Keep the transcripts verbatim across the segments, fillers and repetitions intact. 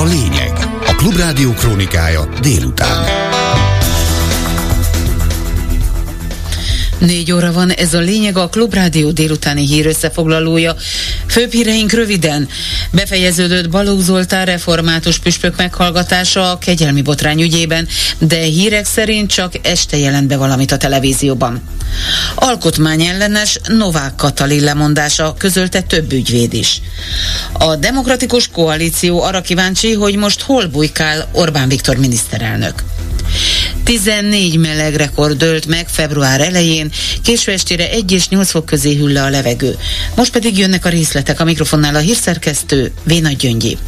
lényeg. A Klubrádió krónikája délután. Négy óra van, ez a lényeg, a Klubrádió délutáni hírösszefoglalója. Főbb híreink röviden. Befejeződött Balogh Zoltán református püspök meghallgatása a kegyelmi botrány ügyében, de hírek szerint csak este jelent be valamit a televízióban. Alkotmányellenes Novák Katalin lemondása, közölte több ügyvéd is. A Demokratikus Koalíció arra kíváncsi, hogy most hol bujkál Orbán Viktor miniszterelnök. tizennégy melegrekord dőlt meg február elején, késő estére egy és nyolc fok közé hűl le a levegő. Most pedig jönnek a részletek, a mikrofonnál a hírszerkesztő Vénagy Gyöngyi.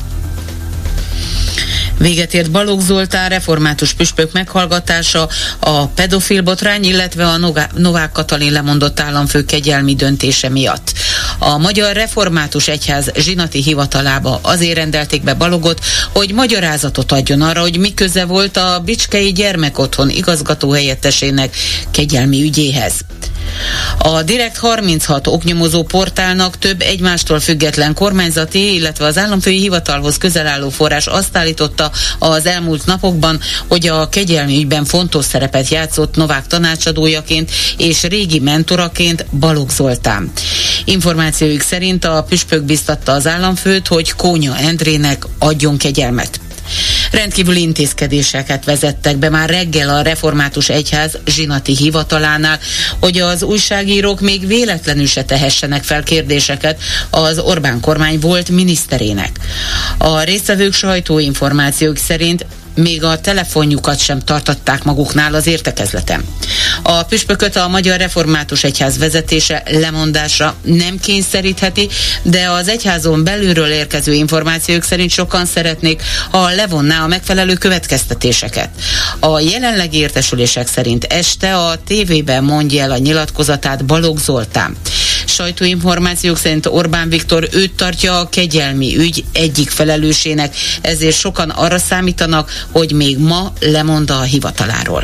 Véget ért Balogh Zoltán református püspök meghallgatása a pedofil botrány, illetve a Novák Katalin lemondott államfő kegyelmi döntése miatt. A Magyar Református Egyház zsinati hivatalába azért rendelték be Balogot, hogy magyarázatot adjon arra, hogy mi köze volt a Bicskei Gyermekotthon igazgatóhelyettesének kegyelmi ügyéhez. A Direkt harminchat oknyomozó portálnak több egymástól független kormányzati, illetve az államfői hivatalhoz közel álló forrás azt állította az elmúlt napokban, hogy a kegyelmi ügyben fontos szerepet játszott Novák tanácsadójaként és régi mentoraként Balogh Zoltán. Információik szerint a püspök biztatta az államfőt, hogy Kónya Endrének adjon kegyelmet. Rendkívüli intézkedéseket vezettek be már reggel a Református Egyház zsinati hivatalánál, hogy az újságírók még véletlenül se tehessenek fel kérdéseket az Orbán kormány volt miniszterének. A résztvevők sajtóinformációk szerint még a telefonjukat sem tartották maguknál az értekezleten. A püspököt a Magyar Református Egyház vezetése lemondásra nem kényszerítheti, de az egyházon belülről érkező információk szerint sokan szeretnék, ha levonná a megfelelő következtetéseket. A jelenlegi értesülések szerint este a tévében mondja el a nyilatkozatát Balogh Zoltán. Sajtóinformációk szerint Orbán Viktor őt tartja a kegyelmi ügy egyik felelősének, ezért sokan arra számítanak, hogy még ma lemond a hivataláról.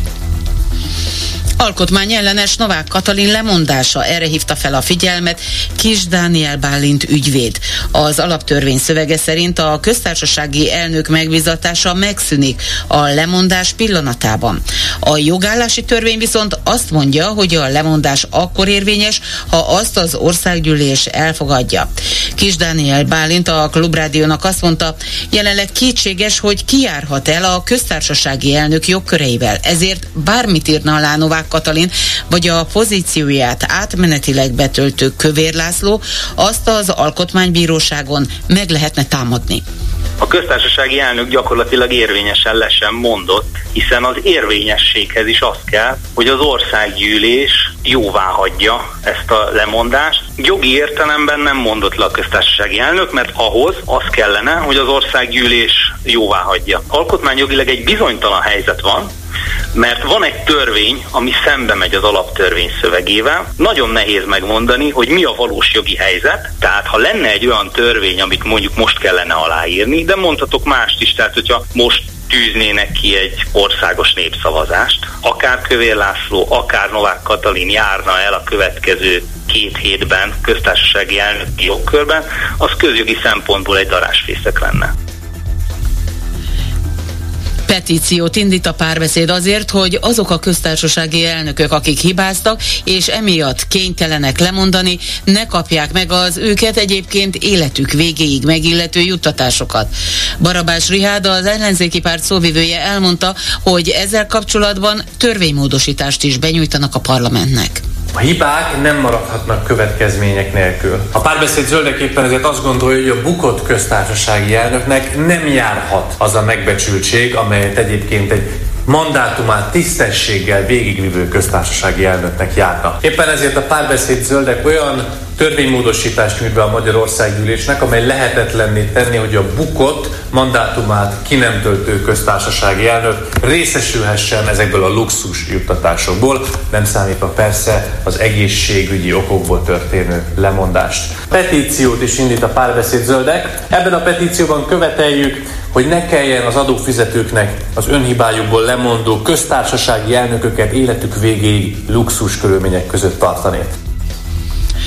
Alkotmányellenes Novák Katalin lemondása, erre hívta fel a figyelmet Kis Dániel Bálint ügyvéd. Az alaptörvény szövege szerint a köztársasági elnök megbízatása megszűnik a lemondás pillanatában. A jogállási törvény viszont azt mondja, hogy a lemondás akkor érvényes, ha azt az országgyűlés elfogadja. Kis Dániel Bálint a Klubrádiónak azt mondta, jelenleg kétséges, hogy ki járhat el a köztársasági elnök jogköreivel, ezért bármit írna alá Novák Katalin, vagy a pozícióját átmenetileg betöltő Kövér László, azt az alkotmánybíróságon meg lehetne támadni. A köztársasági elnök gyakorlatilag érvényesen le sem mondott, hiszen az érvényességhez is az kell, hogy az országgyűlés jóvá hagyja ezt a lemondást. Jogi értelemben nem mondott le a köztársasági elnök, mert ahhoz az kellene, hogy az országgyűlés jóvá hagyja. Alkotmányjogilag egy bizonytalan helyzet van, mert van egy törvény, ami szembe megy az alaptörvény szövegével. Nagyon nehéz megmondani, hogy mi a valós jogi helyzet. Tehát ha lenne egy olyan törvény, amit mondjuk most kellene aláírni, de mondhatok mást is, tehát hogyha most tűznének ki egy országos népszavazást, akár Kövér László, akár Novák Katalin járna el a következő két hétben köztársasági elnöki jogkörben, az közjogi szempontból egy darásfészek lenne. Petíciót indít a Párbeszéd azért, hogy azok a köztársasági elnökök, akik hibáztak, és emiatt kénytelenek lemondani, ne kapják meg az őket egyébként életük végéig megillető juttatásokat. Barabás Rihád, az ellenzéki párt szóvivője elmondta, hogy ezzel kapcsolatban törvénymódosítást is benyújtanak a parlamentnek. A hibák nem maradhatnak következmények nélkül. A Párbeszéd zöldek éppen ezért azt gondolja, hogy a bukott köztársasági elnöknek nem járhat az a megbecsültség, amelyet egyébként egy mandátumát tisztességgel végigvívő köztársasági elnöknek járna. Éppen ezért a Párbeszéd zöldek olyan törvénymódosítást nyújt be a Magyar Országgyűlésnek, amely lehetetlenné tenni, hogy a bukott mandátumát ki nem töltő köztársasági elnök részesülhessen ezekből a luxus juttatásokból, nem számítva persze az egészségügyi okokból történő lemondást. Petíciót is indít a Párbeszéd zöldek. Ebben a petícióban követeljük, hogy ne kelljen az adófizetőknek az önhibájukból lemondó köztársasági elnököket életük végéig luxus körülmények között tartani.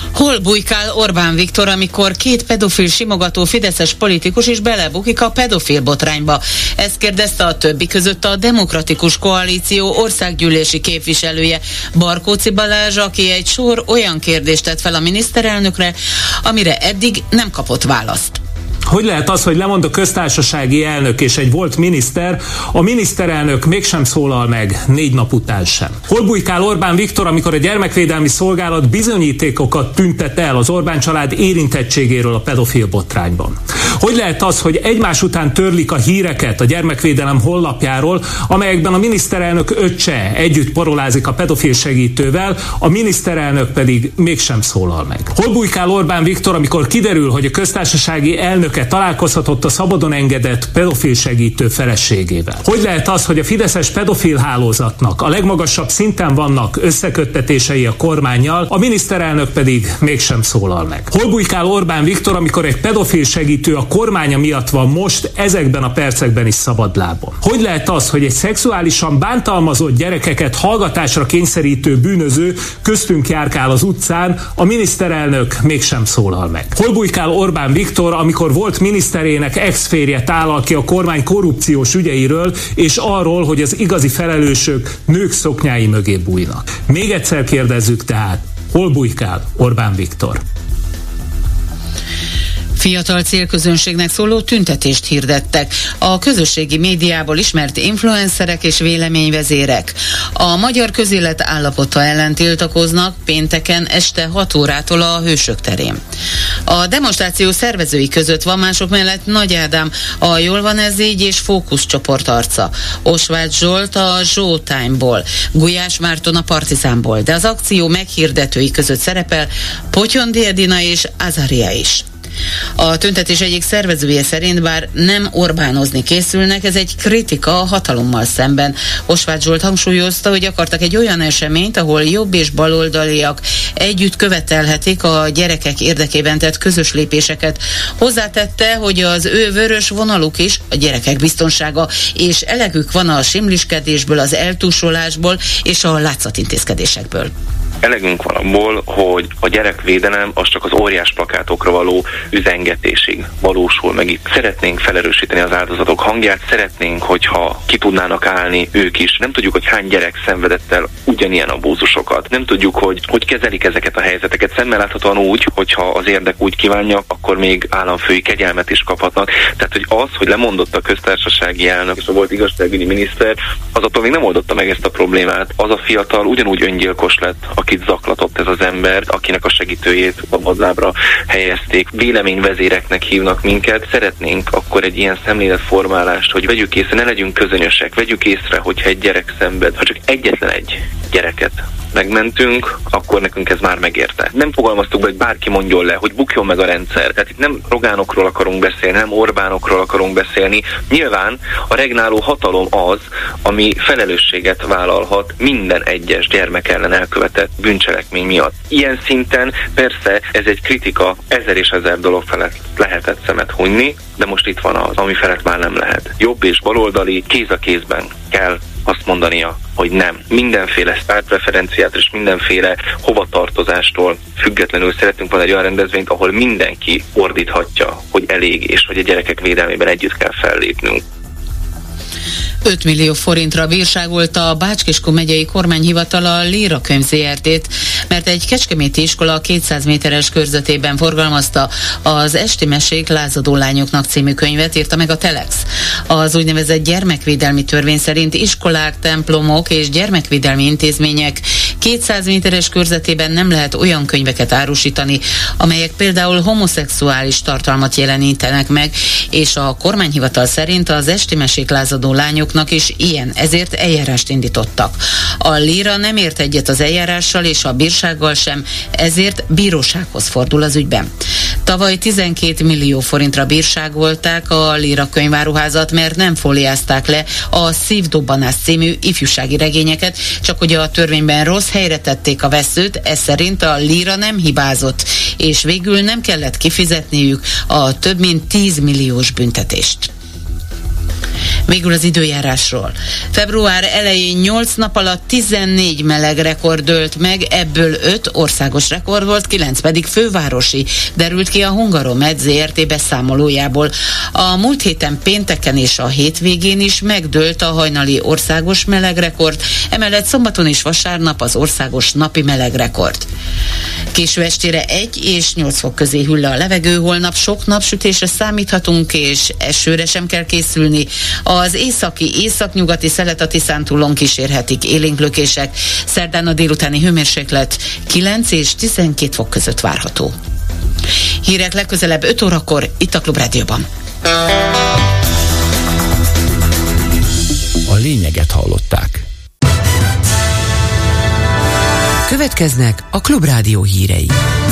Hol bujkál Orbán Viktor, amikor két pedofil simogató fideszes politikus is belebukik a pedofil botrányba? Ezt kérdezte a többi között a Demokratikus Koalíció országgyűlési képviselője, Barkóczy Balázs, aki egy sor olyan kérdést tett fel a miniszterelnökre, amire eddig nem kapott választ. Hogy lehet az, hogy lemond a köztársasági elnök és egy volt miniszter, a miniszterelnök mégsem szólal meg négy nap után sem? Hol bujkál Orbán Viktor, amikor a gyermekvédelmi szolgálat bizonyítékokat tüntet el az Orbán család érintettségéről a pedofil botrányban? Hogy lehet az, hogy egymás után törlik a híreket a gyermekvédelem honlapjáról, amelyekben a miniszterelnök öccse együtt porolázik a pedofil segítővel, a miniszterelnök pedig mégsem szólal meg? Hol bujkál Orbán Viktor, amikor kiderül, hogy a köztársasági elnök találkozhatott a szabadon engedett pedofil segítő feleségével? Hogy lehet az, hogy a fideszes pedofil hálózatnak a legmagasabb szinten vannak összeköttetései a kormánnyal, a miniszterelnök pedig mégsem szólal meg? Hol bujkál Orbán Viktor, amikor egy pedofil segítő a kormánya miatt van most ezekben a percekben is szabadlábon? Hogy lehet az, hogy egy szexuálisan bántalmazott gyerekeket hallgatásra kényszerítő bűnöző köztünk járkál az utcán, a miniszterelnök mégsem szólal meg? Hol bujkál Orbán Viktor, amikor volt miniszterének ex-férje tálal ki a kormány korrupciós ügyeiről, és arról, hogy az igazi felelősök nők szoknyái mögé bújnak? Még egyszer kérdezzük tehát, hol bujkál Orbán Viktor? Fiatal célközönségnek szóló tüntetést hirdettek a közösségi médiából ismert influencerek és véleményvezérek. A magyar közélet állapota ellen tiltakoznak pénteken este hat órától a Hősök terén. A demonstráció szervezői között van mások mellett Nagy Ádám, a Jól van ez így és Fókusz csoport arca, Osváth Zsolt a Showtime-ból, Gulyás Márton a Partizánból, de az akció meghirdetői között szerepel Potyondi Edina és Azaria is. A tüntetés egyik szervezője szerint bár nem Orbánozni készülnek, ez egy kritika a hatalommal szemben. Osváth Zsolt hangsúlyozta, hogy akartak egy olyan eseményt, ahol jobb és baloldaliak együtt követelhetik a gyerekek érdekében tett közös lépéseket. Hozzátette, hogy az ő vörös vonaluk is a gyerekek biztonsága, és elegük van a simliskedésből, az eltúsolásból és a látszatintézkedésekből. Elegünk van abból, hogy a gyerekvédelem az csak az óriás plakátokra való üzengetésig valósul meg itt. Szeretnénk felerősíteni az áldozatok hangját, szeretnénk, hogyha ki tudnának állni ők is. Nem tudjuk, hogy hány gyerek szenvedett el ugyanilyen abúzusokat. Nem tudjuk, hogy hogy kezelik ezeket a helyzeteket. Szemmel láthatóan úgy, hogyha az érdek úgy kívánja, akkor még államfői kegyelmet is kaphatnak. Tehát, hogy az, hogy lemondott a köztársasági elnök és a volt igazságügyi miniszter, az attól még nem oldotta meg ezt a problémát. Az a fiatal ugyanúgy öngyilkos lett, akit zaklatott ez az ember, akinek a segítőjét szabadlábra helyezték. Véleményvezéreknek hívnak minket. Szeretnénk akkor egy ilyen szemléletformálást, hogy vegyük észre, ne legyünk közönösek, vegyük észre, hogyha egy gyerek szenved, ha csak egyetlen egy gyereket megmentünk, akkor nekünk ez már megérte. Nem fogalmaztuk be, hogy bárki mondjon le, hogy bukjon meg a rendszer. Tehát itt nem Rogánokról akarunk beszélni, nem Orbánokról akarunk beszélni. Nyilván a regnáló hatalom az, ami felelősséget vállalhat minden egyes gyermek ellen elkövetett bűncselekmény miatt. Ilyen szinten persze ez egy kritika, ezer és ezer dolog felett lehetett szemet hunyni, de most itt van az, ami felett már nem lehet. Jobb és baloldali kéz a kézben kell azt mondania, hogy nem. Mindenféle pártpreferenciát és mindenféle hovatartozástól függetlenül szeretünk volna egy olyan rendezvényt, ahol mindenki ordíthatja, hogy elég, és hogy a gyerekek védelmében együtt kell fellépnünk. öt millió forintra bírságolta a Bács-Kiskun megyei kormányhivatal a Líra Könyv zé er té-t, mert egy kecskeméti iskola kétszáz méteres körzetében forgalmazta az Esti mesék lázadó lányoknak című könyvet, írta meg a Telex. Az úgynevezett gyermekvédelmi törvény szerint iskolák, templomok és gyermekvédelmi intézmények kétszáz méteres körzetében nem lehet olyan könyveket árusítani, amelyek például homoszexuális tartalmat jelenítenek meg, és a kormányhivatal szerint az Esti mesék lázadó lányoknak is ilyen, ezért eljárást indítottak. A Líra nem ért egyet az eljárással és a bírsággal sem, ezért bírósághoz fordul az ügyben. Tavaly tizenkét millió forintra bírságolták a Líra könyváruházat, mert nem fóliázták le a Szívdobbanás című ifjúsági regényeket, csak hogy a törvényben rossz helyre tették a veszőt, ez szerint a Líra nem hibázott, és végül nem kellett kifizetniük a több mint tíz milliós büntetést. Végül az időjárásról. Február elején nyolc nap alatt tizennégy meleg rekord dőlt meg, ebből öt országos rekord volt, kilenc pedig fővárosi, derült ki a Hungaromed zé er té beszámolójából. A múlt héten pénteken és a hétvégén is megdőlt a hajnali országos melegrekord, emellett szombaton és vasárnap az országos napi melegrekord. Késő estére egy és nyolc fok közé hűl le a levegő, holnap sok napsütésre számíthatunk, és esőre sem kell készülni. Az északi, északnyugati szelet a Tiszántúlon kísérhetik élénklökések. Szerdán a délutáni hőmérséklet kilenc és tizenkét fok között várható. Hírek legközelebb öt órakor itt a Klubrádióban. A lényeget hallották. Következnek a Klubrádió hírei.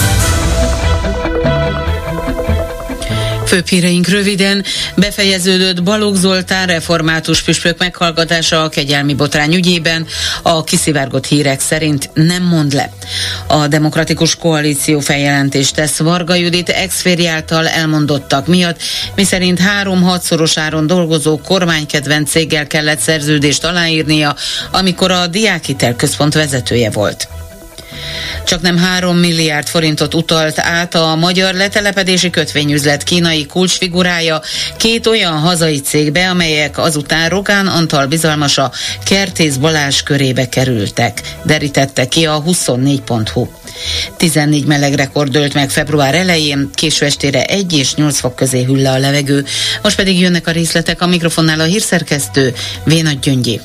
Főbb híreink röviden: befejeződött Balogh Zoltán református püspök meghallgatása a kegyelmi botrány ügyében, a kiszivárgott hírek szerint nem mond le. A Demokratikus Koalíció feljelentést tesz Varga Judit ex-férje által elmondottak miatt, miszerint három hatszorosáron áron dolgozó kormánykedvenc céggel kellett szerződést aláírnia, amikor a Diákhitel Központ vezetője volt. Csaknem három milliárd forintot utalt át a magyar letelepedési kötvényüzlet kínai kulcsfigurája két olyan hazai cégbe, amelyek azután Rogán Antal bizalmasa Kertész Balázs körébe kerültek, derítette ki a huszonnégy pont hu. tizennégy melegrekord dőlt meg február elején, késő estére egy és nyolc fok közé hűl le a levegő. Most pedig jönnek a részletek, a mikrofonnál a hírszerkesztő Vénagy Gyöngyi.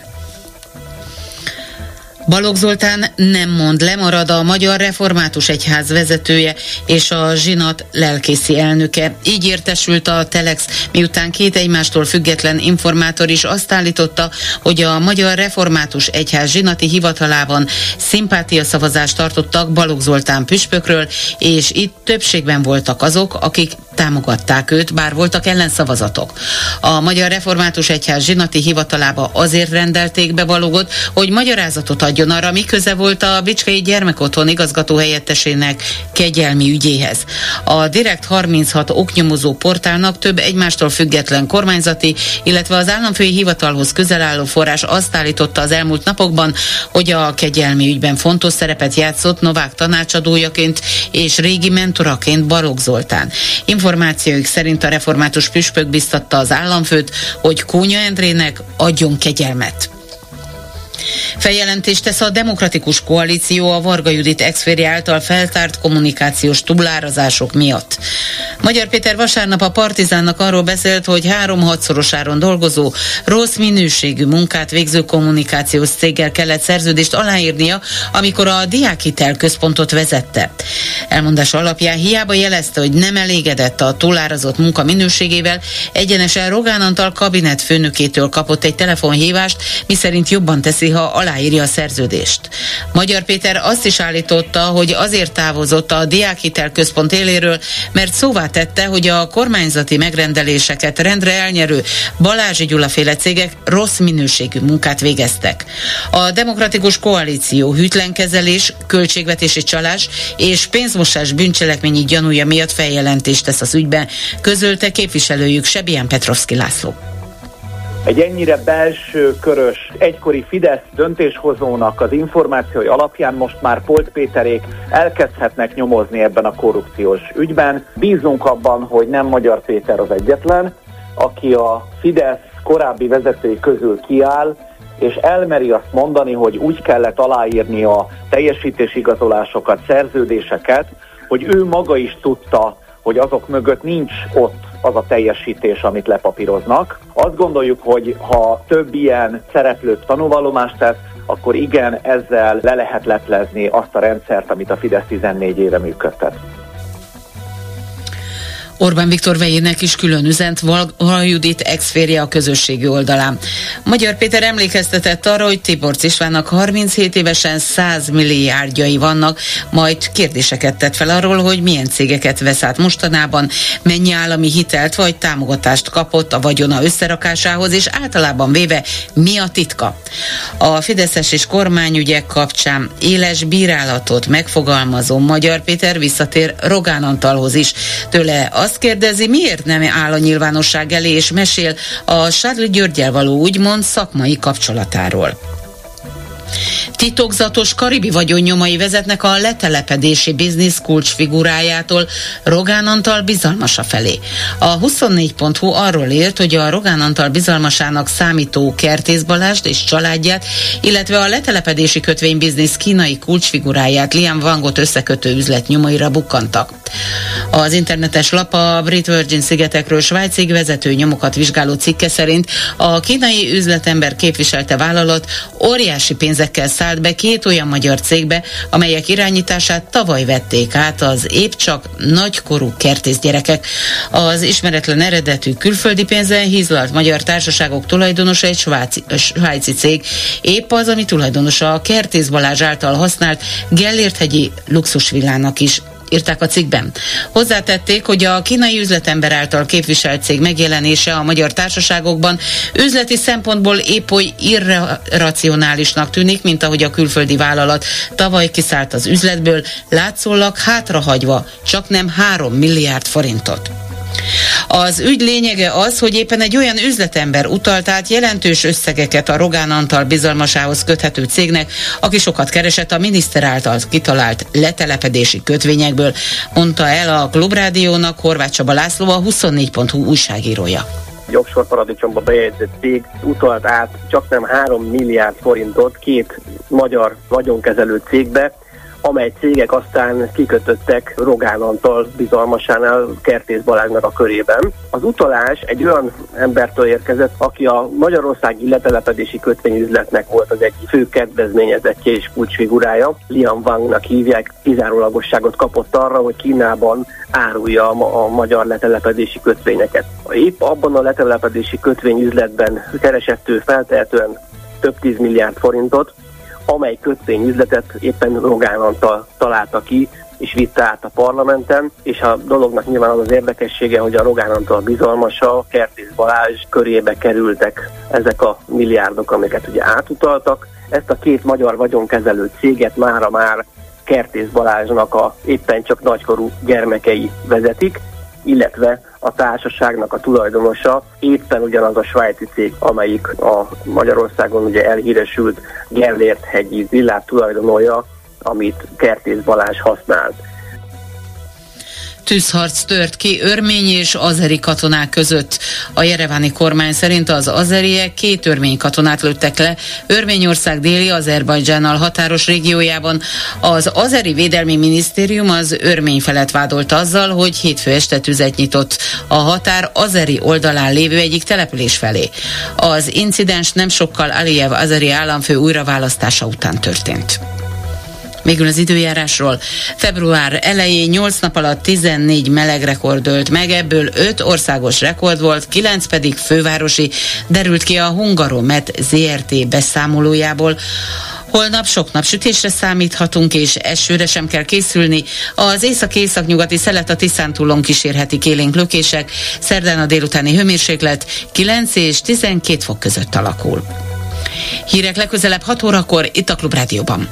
Balogh Zoltán nem mond le, marad a Magyar Református Egyház vezetője és a zsinat lelkészi elnöke. Így értesült a Telex, miután két egymástól független informátor is azt állította, hogy a Magyar Református Egyház zsinati hivatalában szimpátiaszavazást tartottak Balogh Zoltán püspökről, és itt többségben voltak azok, akik támogatták őt, bár voltak ellenszavazatok. A Magyar Református Egyház zsinati hivatalába azért rendelték be Baloghot, hogy magyarázatot adjon arra, mi köze volt a Bicskei Gyermekotthon igazgató helyettesének kegyelmi ügyéhez. A Direkt harminchat oknyomozó portálnak több egymástól független kormányzati, illetve az államfői hivatalhoz közel álló forrás azt állította az elmúlt napokban, hogy a kegyelmi ügyben fontos szerepet játszott Novák tanácsadójaként és régi mentoraként Balogh Zoltán. Információik szerint a református püspök biztatta az államfőt, hogy Kónya Endrének adjon kegyelmet. Feljelentést tesz a Demokratikus Koalíció a Varga Judit ex-férje által feltárt kommunikációs túlárazások miatt. Magyar Péter vasárnap a Partizánnak arról beszélt, hogy három hatszorosáron dolgozó, rossz minőségű munkát végző kommunikációs céggel kellett szerződést aláírnia, amikor a Diákhitel Központot vezette. Elmondása alapján hiába jelezte, hogy nem elégedett a túlárazott munka minőségével, egyenesen Rogán Antal kabinet főnökétől kapott egy telefonhívást, miszerint jobban teszi, ha aláírja a szerződést. Magyar Péter azt is állította, hogy azért távozott a Diákhitel Központ éléről, mert szóvá tette, hogy a kormányzati megrendeléseket rendre elnyerő Balázsi Gyula féle cégek rossz minőségű munkát végeztek. A Demokratikus Koalíció hűtlenkezelés, költségvetési csalás és pénzmosás bűncselekményi gyanúja miatt feljelentést tesz az ügyben, közölte képviselőjük Sebien Petrovszky László. Egy ennyire belső körös, egykori Fidesz döntéshozónak az információi alapján most már Polt Péterék elkezdhetnek nyomozni ebben a korrupciós ügyben. Bízunk abban, hogy nem Magyar Péter az egyetlen, aki a Fidesz korábbi vezetői közül kiáll, és elmeri azt mondani, hogy úgy kellett aláírni a teljesítésigazolásokat, szerződéseket, hogy ő maga is tudta, hogy azok mögött nincs ott az a teljesítés, amit lepapíroznak. Azt gondoljuk, hogy ha több ilyen szereplőt tanúvallomást tesz, akkor igen, ezzel le lehet leplezni azt a rendszert, amit a Fidesz tizennégy éve működtet. Orbán Viktor vejének is külön üzent Varga Judit ex-férje a közösségi oldalán. Magyar Péter emlékeztetett arra, hogy Tiborcs Istvánnak harminchét évesen száz milliárdjai vannak, majd kérdéseket tett fel arról, hogy milyen cégeket vesz át mostanában, mennyi állami hitelt vagy támogatást kapott a vagyona összerakásához, és általában véve mi a titka. A fideszes és kormányügyek kapcsán éles bírálatot megfogalmazó Magyar Péter visszatér Rogán Antalhoz is. Tőle azt kérdezi, miért nem áll a nyilvánosság elé és mesél a Sárli Györggyel való úgymond szakmai kapcsolatáról. Titokzatos karibi vagyonnyomai vezetnek a letelepedési biznisz kulcsfigurájától Rogán Antal bizalmasa felé. A huszonnégy pont hu arról írt, hogy a Rogán Antal bizalmasának számító Kertész Balást és családját, illetve a letelepedési kötvénybiznisz kínai kulcsfiguráját, Liam Wangot összekötő üzlet nyomaira bukkantak. Az internetes lap a Brit Virgin szigetekről Svájcig vezető nyomokat vizsgáló cikke szerint a kínai üzletember képviselte vállalat óriási pénzekkel szállt be két olyan magyar cégbe, amelyek irányítását tavaly vették át az épp csak nagykorú kertészgyerekek. Az ismeretlen eredetű külföldi pénzen hízlalt magyar társaságok tulajdonosa egy svájci, svájci cég, épp az, ami tulajdonosa a Kertész Balázs által használt Gellért-hegyi luxusvillának is, írták a cikkben. Hozzátették, hogy a kínai üzletember által képviselt cég megjelenése a magyar társaságokban üzleti szempontból épp oly irracionálisnak tűnik, mint ahogy a külföldi vállalat tavaly kiszállt az üzletből, látszólag hátrahagyva csaknem három milliárd forintot. Az ügy lényege az, hogy éppen egy olyan üzletember utalt át jelentős összegeket a Rogán Antal bizalmasához köthető cégnek, aki sokat keresett a miniszter által kitalált letelepedési kötvényekből, mondta el a Klubrádiónak Horváth Csaba László, a huszonnégy pont hu újságírója. Egy offshore paradicsomba bejegyzett cég utalt át csaknem három milliárd forintot két magyar vagyonkezelő cégbe, amely cégek aztán kikötöttek Rogán Antal bizalmasánál, Kertész Balázsnak a körében. Az utalás egy olyan embertől érkezett, aki a magyarországi letelepedési kötvényüzletnek volt az egyik fő kedvezményezettje és kulcsfigurája. Liam Wangnak hívják, kizárólagosságot kapott arra, hogy Kínában árulja a magyar letelepedési kötvényeket. Épp abban a letelepedési kötvényüzletben keresett ő feltehetően több tíz milliárd forintot, amely kötvényüzletet éppen Rogán Antal találta ki, és vitte át a parlamenten, és a dolognak nyilván az az érdekessége, hogy a Rogán Antal bizalmasa, Kertész Balázs körébe kerültek ezek a milliárdok, amiket ugye átutaltak. Ezt a két magyar vagyonkezelő céget mára már Kertész Balázsnak a éppen csak nagykorú gyermekei vezetik, illetve a társaságnak a tulajdonosa éppen ugyanaz a svájci cég, amelyik a Magyarországon ugye elhíresült Gellért-hegyi villát tulajdonolja, amit Kertész Balázs használt. Tűzharc tört ki örmény és azeri katonák között. A jereváni kormány szerint az azeriek két örmény katonát lőttek le Örményország déli Azerbajdzsánnal határos régiójában. Az azeri védelmi minisztérium az örmény felet vádolta azzal, hogy hétfő este tüzet nyitott a határ azeri oldalán lévő egyik település felé. Az incidens nem sokkal Aliyev azeri államfő újraválasztása után történt. Végül az időjárásról. Február elején nyolc nap alatt tizennégy meleg rekord ölt meg, ebből öt országos rekord volt, kilenc pedig fővárosi, derült ki a Hungaromet zé er té beszámolójából. Holnap sok napsütésre számíthatunk, és esőre sem kell készülni. Az észak-északnyugati szelet a Tiszántúlon kísérheti élénk lökések. Szerdán a délutáni hőmérséklet kilenc és tizenkét fok között alakul. Hírek legközelebb hat órakor itt a Klubrádióban.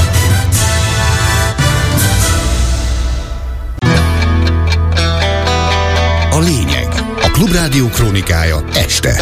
A lényeg. A Klubrádió krónikája este.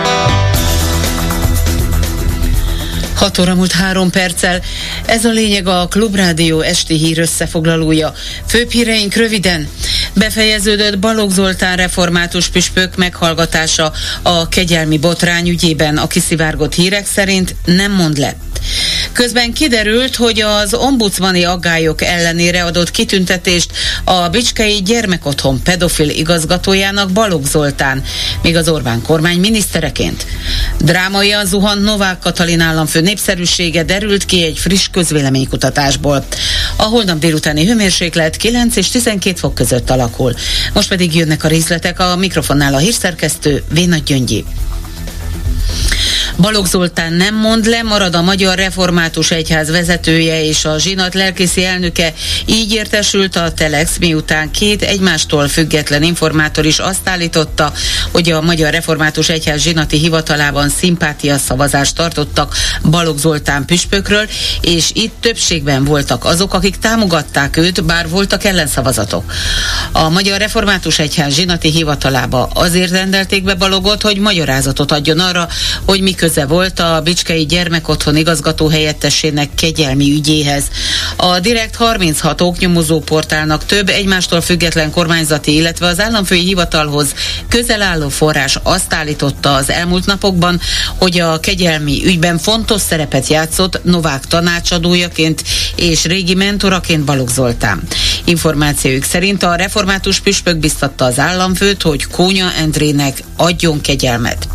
hat óra múlt három perccel. Ez a lényeg, a Klubrádió esti hír összefoglalója. Főbb híreink röviden. Befejeződött Balogh Zoltán református püspök meghallgatása a kegyelmi botrány ügyében. A kiszivárgott hírek szerint nem mond le. Közben kiderült, hogy az ombudsmani aggályok ellenére adott kitüntetést a bicskei gyermekotthon pedofil igazgatójának Balogh Zoltán, még az Orbán kormány minisztereként. Drámaian zuhant Novák Katalin államfő népszerűsége, derült ki egy friss közvéleménykutatásból. A holnap délutáni hőmérséklet kilenc és tizenkét fok között alakul. Most pedig jönnek a részletek, a mikrofonnál a hírszerkesztő Vénagy Gyöngyi. Balogh Zoltán nem mond le, marad a Magyar Református Egyház vezetője és a zsinat lelkészi elnöke. Így értesült a Telex, miután két egymástól független informátor is azt állította, hogy a Magyar Református Egyház zsinati hivatalában szimpátia szavazást tartottak Balogh Zoltán püspökről, és itt többségben voltak azok, akik támogatták őt, bár voltak ellenszavazatok. A Magyar Református Egyház zsinati hivatalába azért rendelték be Balogot, hogy magyarázatot adjon arra, hogy mi köze volt a Bicskei Gyermekotthon igazgató helyettesének kegyelmi ügyéhez. A Direkt harminchat oknyomozó portálnak több egymástól független kormányzati, illetve az államfői hivatalhoz közel álló forrás azt állította az elmúlt napokban, hogy a kegyelmi ügyben fontos szerepet játszott Novák tanácsadójaként és régi mentoraként Balogh Zoltán. Információjuk szerint a református püspök biztatta az államfőt, hogy Kónya Endrének adjon kegyelmet.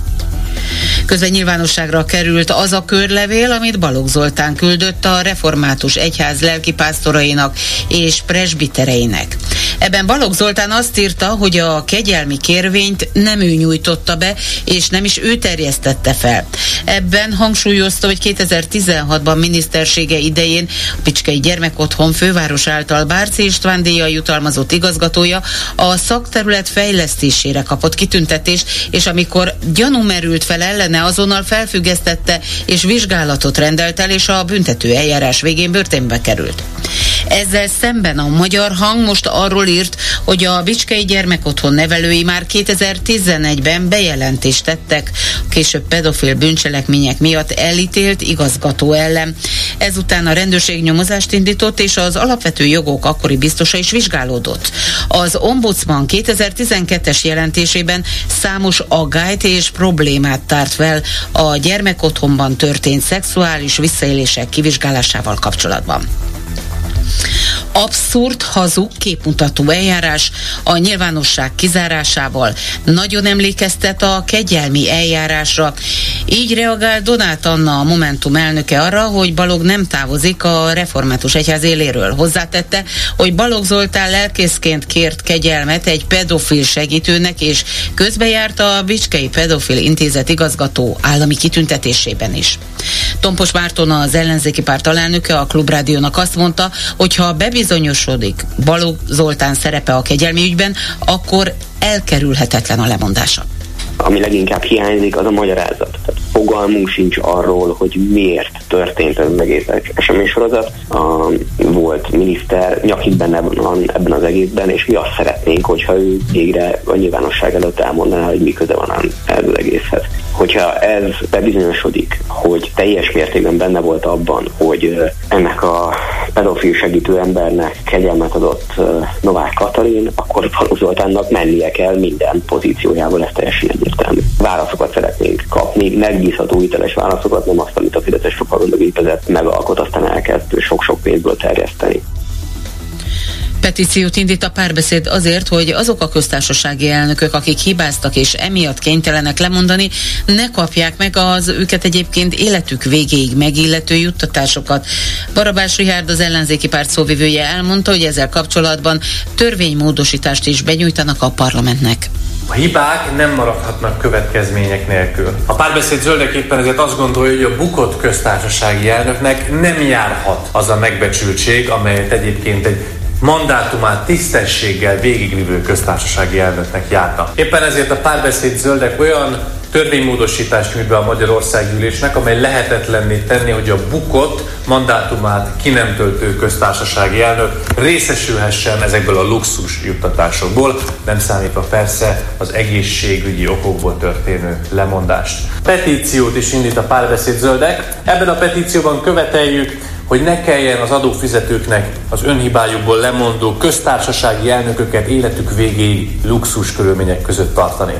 Közben nyilvánosságra került az a körlevél, amit Balogh Zoltán küldött a Református Egyház lelkipásztorainak és presbitereinek. Ebben Balogh Zoltán azt írta, hogy a kegyelmi kérvényt nem ő nyújtotta be, és nem is ő terjesztette fel. Ebben hangsúlyozta, hogy kétezer-tizenhatban minisztersége idején a Bicskei Gyermekotthon főváros által Bárci István díjjal jutalmazott igazgatója a szakterület fejlesztésére kapott kitüntetést, és amikor gyanú merült fel ellene, azonnal felfüggesztette és vizsgálatot rendelt el, és a büntető eljárás végén börtönbe került. Ezzel szemben a Magyar Hang most arról írt, hogy a Bicskei Gyermekotthon nevelői már kétezer-tizenegyben bejelentést tettek később pedofil bűncselekmények miatt elítélt igazgató ellen. Ezután a rendőrség nyomozást indított, és az alapvető jogok akkori biztosa is vizsgálódott. Az ombudsman kétezer-tizenkettes jelentésében számos aggályt és problémát tárt fel a gyermekotthonban történt szexuális visszaélések kivizsgálásával kapcsolatban. Abszurd, hazug, képmutató eljárás a nyilvánosság kizárásával nagyon emlékeztet a kegyelmi eljárásra. Így reagál Donát Anna, a Momentum elnöke arra, hogy Balogh nem távozik a Református Egyház éléről. Hozzátette, hogy Balogh Zoltán lelkészként kért kegyelmet egy pedofil segítőnek, és közbejárt a Bicskei Pedofil Intézet igazgató állami kitüntetésében is. Tompos Márton, az ellenzéki párt alelnöke, a Klubrádiónak azt mondta, hogy ha bebizonyosodik Balogh Zoltán szerepe a kegyelmi ügyben, akkor elkerülhetetlen a lemondása. Ami leginkább hiányzik, az a magyarázat. Tehát fogalmunk sincs arról, hogy miért történt ez az egész eseménysorozat. A volt miniszter nyakig benne van ebben az egészben, és mi azt szeretnénk, hogyha ő végre a nyilvánosság előtt elmondaná, hogy mi köze van ez az egészhez. Hogyha ez bebizonyosodik, hogy teljes mértékben benne volt abban, hogy ennek a pedofil segítő embernek kegyelmet adott Novák Katalin, akkor Balogh Zoltánnak mennie kell minden pozíciójából, ez teljesen egyértelmű. Válaszokat szeretnénk kapni, megbízható, hiteles válaszokat, nem azt, amit a fideszes propagandagépezet megalkot, aztán elkezd sok-sok pénzből terjeszteni. Petíciót indít a Párbeszéd azért, hogy azok a köztársasági elnökök, akik hibáztak és emiatt kénytelenek lemondani, ne kapják meg az őket egyébként életük végéig megillető juttatásokat. Barabás Richárd, az ellenzéki párt szóvivője elmondta, hogy ezzel kapcsolatban törvénymódosítást is benyújtanak a parlamentnek. A hibák nem maradhatnak következmények nélkül. A Párbeszéd zöldek éppen ezért azt gondolja, hogy a bukott köztársasági elnöknek nem járhat az a megbecsültség, amelyet egyébként egy mandátumát tisztességgel végigvívő köztársasági elnöknek járna. Éppen ezért a Párbeszéd zöldek olyan törvénymódosítást nyújt be a Magyarországgyűlésnek, amely lehetetlenné tenni, hogy a bukott mandátumát ki nem töltő köztársasági elnök részesülhessen ezekből a luxus juttatásokból, nem számítva persze az egészségügyi okokból történő lemondást. Petíciót is indít a Párbeszéd zöldek. Ebben a petícióban követeljük, hogy ne kelljen az adófizetőknek az önhibájukból lemondó köztársasági elnököket életük végéig luxus körülmények között tartani.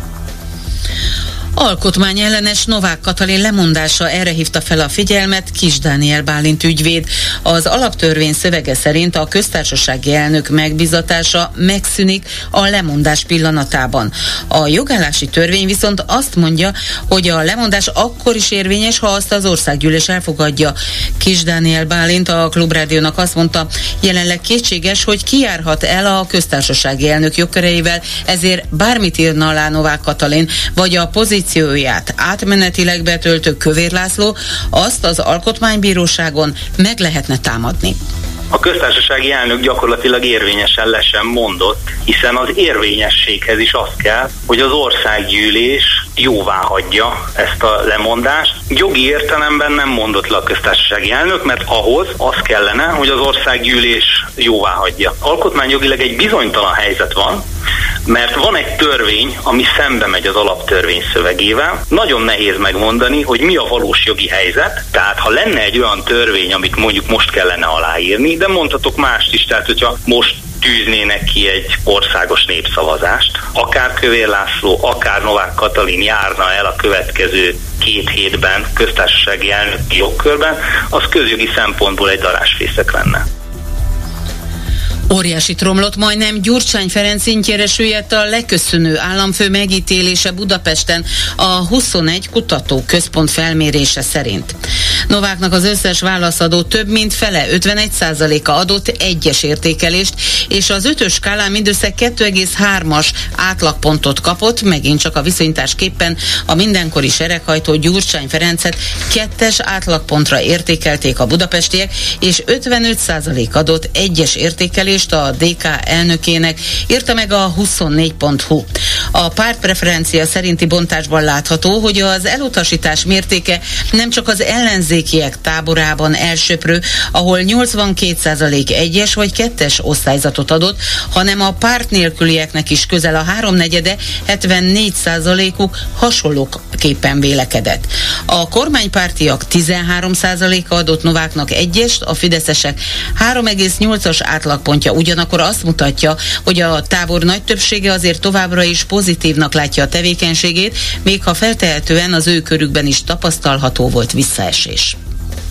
Alkotmányellenes Novák Katalin lemondása, erre hívta fel a figyelmet Kis Dániel Bálint ügyvéd. Az alaptörvény szövege szerint a köztársasági elnök megbizatása megszűnik a lemondás pillanatában. A jogállási törvény viszont azt mondja, hogy a lemondás akkor is érvényes, ha azt az országgyűlés elfogadja. Kis Dániel Bálint a Klubrádiónak azt mondta, jelenleg kétséges, hogy ki járhat el a köztársasági elnök jogköreivel, ezért bármit írna alá Novák Katalin, vagy a pozíció pozícióját átmenetileg betöltő Kövér László azt az Alkotmánybíróságon meg lehetne támadni. A köztársasági elnök gyakorlatilag érvényesen le sem mondott, hiszen az érvényességhez is az kell, hogy az országgyűlés jóvá hagyja ezt a lemondást. Jogi értelemben nem mondott le a köztársasági elnök, mert ahhoz az kellene, hogy az országgyűlés jóvá hagyja. Alkotmányjogileg egy bizonytalan helyzet van, mert van egy törvény, ami szembe megy az alaptörvény szövegével. Nagyon nehéz megmondani, hogy mi a valós jogi helyzet. Tehát ha lenne egy olyan törvény, amit mondjuk most kellene aláírni, de mondhatok mást is, tehát hogyha most tűznének ki egy országos népszavazást, akár Kövér László, akár Novák Katalin járna el a következő két hétben köztársasági elnöki jogkörben, az közjogi szempontból egy darásfészek lenne. Óriásit romlott, majdnem Gyurcsány Ferenc szintjére süllyedt a leköszönő államfő megítélése Budapesten a huszonegy kutatóközpont felmérése szerint. Nováknak az összes válaszadó több mint fele, ötvenegy százaléka adott egyes értékelést, és az ötös skálán mindössze kettő egész hármas átlagpontot kapott, megint csak a viszonyításképpen a mindenkori sereghajtó Gyurcsány Ferencet kettes átlagpontra értékelték a budapestiek, és ötvenöt százalék adott egyes értékelést a dé ká elnökének, írta meg a huszonnégy pont hu. A pártpreferencia szerinti bontásban látható, hogy az elutasítás mértéke nem csak az ellenzékiek táborában elsöprő, ahol nyolcvankét százalék egyes vagy kettes osztályzatot adott, hanem a párt nélkülieknek is közel a háromnegyede, hetvennégy százalékuk hasonlóképpen vélekedett. A kormánypártiak tizenhárom százaléka adott Nováknak egyest, a fideszesek három egész nyolcas átlagpontja ugyanakkor azt mutatja, hogy a tábor nagy többsége azért továbbra is pozitívnak látja a tevékenységét, még ha feltehetően az ő körükben is tapasztalható volt visszaesés.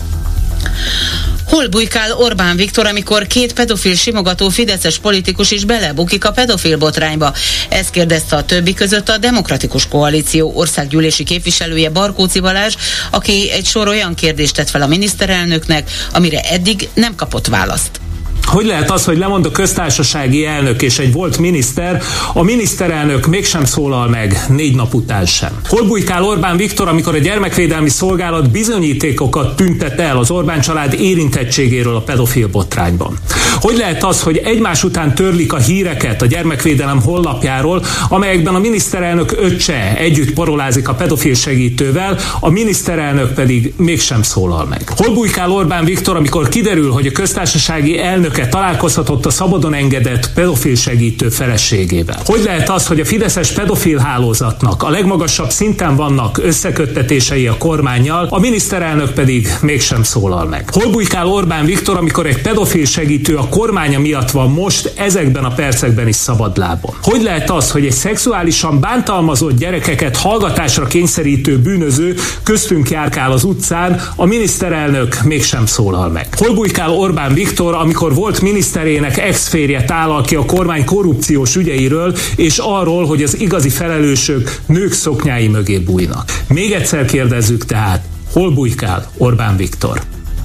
Hol bujkál Orbán Viktor, amikor két pedofil simogató fideszes politikus is belebukik a pedofil botrányba? Ezt kérdezte a többi között a Demokratikus Koalíció országgyűlési képviselője Barkóczy Balázs, aki egy sor olyan kérdést tett fel a miniszterelnöknek, amire eddig nem kapott választ. Hogy lehet az, hogy lemond a köztársasági elnök és egy volt miniszter, a miniszterelnök mégsem szólal meg négy nap után sem? Hol bujkál Orbán Viktor, amikor a gyermekvédelmi szolgálat bizonyítékokat tüntet el az Orbán család érintettségéről a pedofil botrányban? Hogy lehet az, hogy egymás után törlik a híreket a gyermekvédelem honlapjáról, amelyekben a miniszterelnök öccse együtt parolázik a pedofil segítővel, a miniszterelnök pedig mégsem szólal meg? Hol bujkál Orbán Viktor, amikor kiderül, hogy a köztársasági elnök találkozhatott a szabadon engedett pedofil segítő feleségével? Hogy lehet az, hogy a fideszes pedofil hálózatnak a legmagasabb szinten vannak összeköttetései a kormánnyal, a miniszterelnök pedig mégsem szólal meg? Hol bujkál Orbán Viktor, amikor egy pedofil segítő a kormánya miatt van most ezekben a percekben is szabadlábon? Hogy lehet az, hogy egy szexuálisan bántalmazott gyerekeket hallgatásra kényszerítő bűnöző köztünk járkál az utcán, a miniszterelnök mégsem szólal meg? Hol bujkál Orbán Viktor, amikor volt miniszterének ex-férje tálal ki a kormány korrupciós ügyeiről, és arról, hogy az igazi felelősök nők szoknyái mögé bújnak? Még egyszer kérdezzük tehát, hol bujkál Orbán Viktor?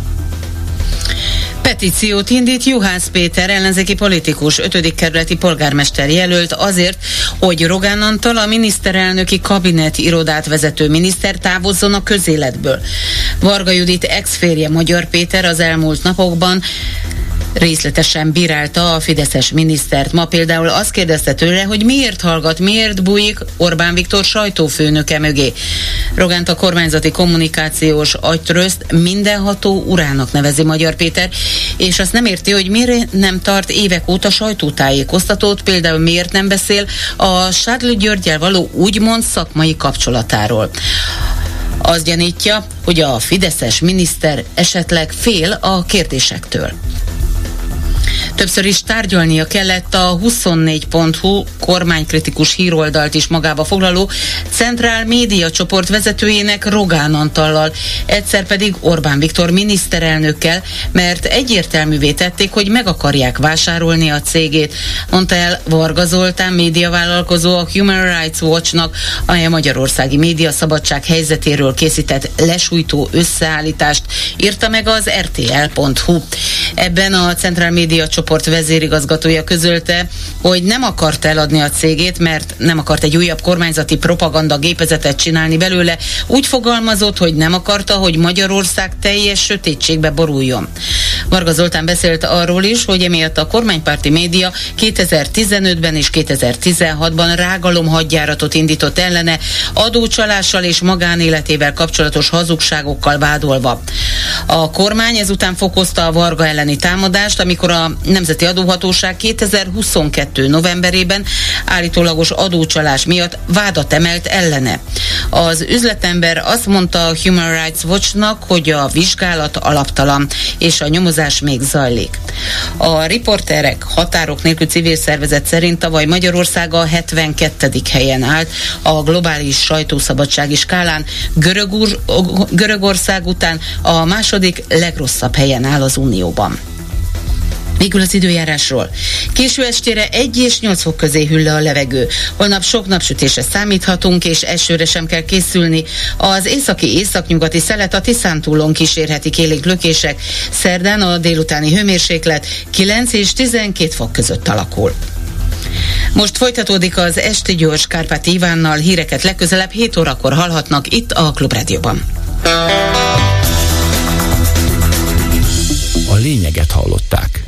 Petíciót indít Juhász Péter, ellenzéki politikus, ötödik kerületi polgármester jelölt azért, hogy Rogán Antal, a miniszterelnöki kabinet irodát vezető miniszter távozzon a közéletből. Varga Judit ex-férje Magyar Péter az elmúlt napokban részletesen bírálta a fideszes minisztert. Ma például azt kérdezte tőle, hogy miért hallgat, miért bújik Orbán Viktor sajtófőnöke mögé. Rogánt a kormányzati kommunikációs agytröszt mindenható urának nevezi Magyar Péter, és azt nem érti, hogy miért nem tart évek óta sajtótájékoztatót, például miért nem beszél a Sádl Györggyel való úgymond szakmai kapcsolatáról. Az gyanítja, hogy a fideszes miniszter esetleg fél a kérdésektől. Többször is tárgyalnia kellett a huszonnégy pont hu kormánykritikus híroldalt is magába foglaló Centrál Média csoport vezetőjének, Rogán Antallal, egyszer pedig Orbán Viktor miniszterelnökkel, mert egyértelművé tették, hogy meg akarják vásárolni a cégét, mondta el Varga Zoltán, médiavállalkozó a Human Rights Watchnak, amely a magyarországi médiaszabadság helyzetéről készített lesújtó összeállítást írta meg az er té el pont hu. Ebben a Centrál Média csoport csoport vezérigazgatója közölte, hogy nem akart eladni a cégét, mert nem akart egy újabb kormányzati propaganda gépezetet csinálni belőle. Úgy fogalmazott, hogy nem akarta, hogy Magyarország teljes sötétségbe boruljon. Varga Zoltán beszélt arról is, hogy emiatt a kormánypárti média kétezer-tizenötben és kétezer-tizenhatban rágalomhadjáratot indított ellene, adócsalással és magánéletével kapcsolatos hazugságokkal vádolva. A kormány ezután fokozta a Varga elleni támadást, amikor a Nemzeti Adóhatóság kétezer-huszonkettő novemberében állítólagos adócsalás miatt vádat emelt ellene. Az üzletember azt mondta a Human Rights Watchnak, hogy a vizsgálat alaptalan, és a nyomozás még zajlik. A Riporterek Határok Nélkül civil szervezet szerint tavaly Magyarország a hetvenkettedik helyen állt a globális sajtószabadsági skálán, Görögúr, Görögország után a második legrosszabb helyen áll az Unióban. Végül az időjárásról. Késő estére egy és nyolc fok közé hűl le a levegő. Holnap sok napsütésre számíthatunk, és esőre sem kell készülni. Az északi északnyugati szelet a Tiszántúlon kísérhetik élénk lökések. Szerdán a délutáni hőmérséklet kilenc és tizenkét fok között alakul. Most folytatódik az Esti Gyors Kárpáti Ivánnal, híreket legközelebb hét órakor hallhatnak itt a Klubrádióban. A lényeget hallották.